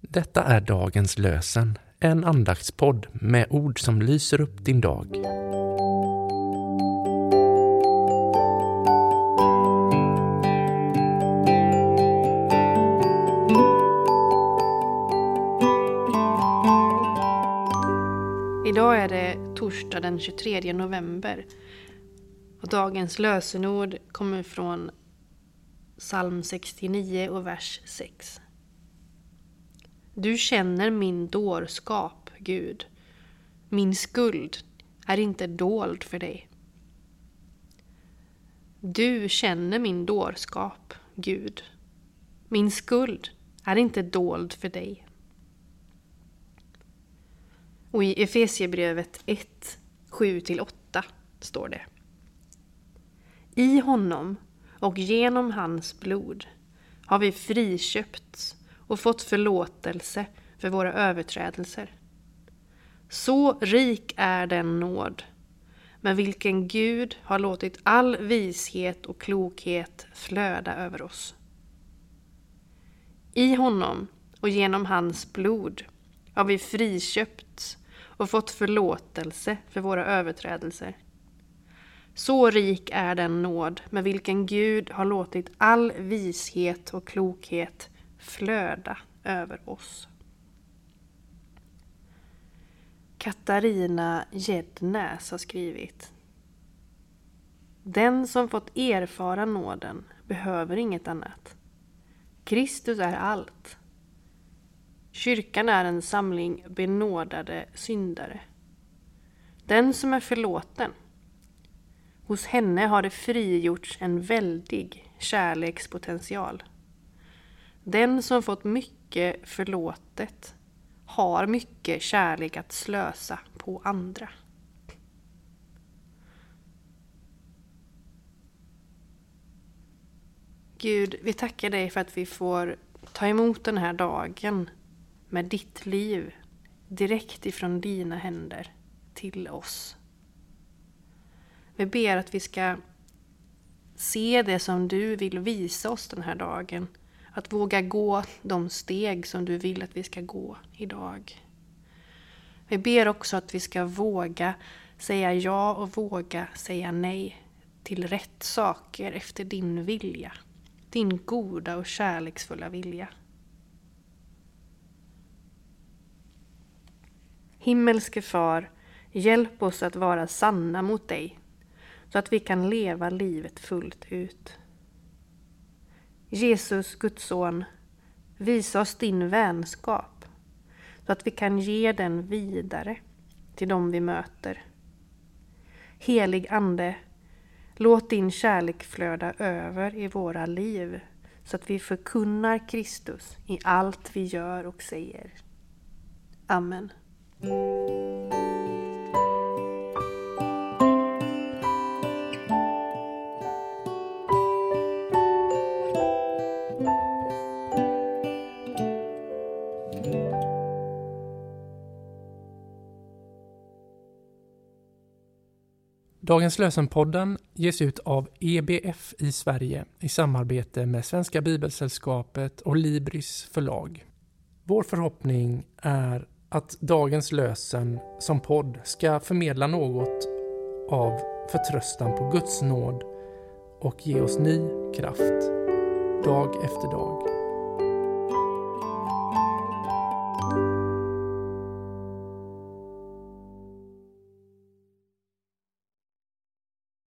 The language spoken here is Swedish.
Detta är dagens lösen, en andaktspodd med ord som lyser upp din dag. Idag är det torsdag den 23 november och dagens lösenord kommer från psalm 69 och vers 6. Du känner min dårskap, Gud. Min skuld är inte dold för dig. Du känner min dårskap, Gud. Min skuld är inte dold för dig. Och i Efesiebrevet 1, 7-8 står det: I honom och genom hans blod har vi friköpts och fått förlåtelse för våra överträdelser. Så rik är den nåd, med vilken Gud har låtit all vishet och klokhet flöda över oss. I honom och genom hans blod har vi friköpts och fått förlåtelse för våra överträdelser. Så rik är den nåd med vilken Gud har låtit all vishet och klokhet flöda över oss. Katarina Gednäs har skrivit: Den som fått erfara nåden behöver inget annat. Kristus är allt. Kyrkan är en samling benådade syndare. Den som är förlåten, hos henne har det frigjorts en väldig kärlekspotential. Den som fått mycket förlåtet har mycket kärlek att slösa på andra. Gud, vi tackar dig för att vi får ta emot den här dagen med ditt liv direkt ifrån dina händer till oss. Vi ber att vi ska se det som du vill visa oss den här dagen. Att våga gå de steg som du vill att vi ska gå idag. Vi ber också att vi ska våga säga ja och våga säga nej till rätt saker efter din vilja. Din goda och kärleksfulla vilja. Himmelske Far, hjälp oss att vara sanna mot dig, så att vi kan leva livet fullt ut. Jesus, Guds son, visa oss din vänskap, så att vi kan ge den vidare till dem vi möter. Helig Ande, låt din kärlek flöda över i våra liv, så att vi förkunnar Kristus i allt vi gör och säger. Amen. Dagens lösenpodden ges ut av EBF i Sverige i samarbete med Svenska Bibelsällskapet och Libris förlag. Vår förhoppning är att dagens lösen som podd ska förmedla något av förtröstan på Guds nåd och ge oss ny kraft dag efter dag.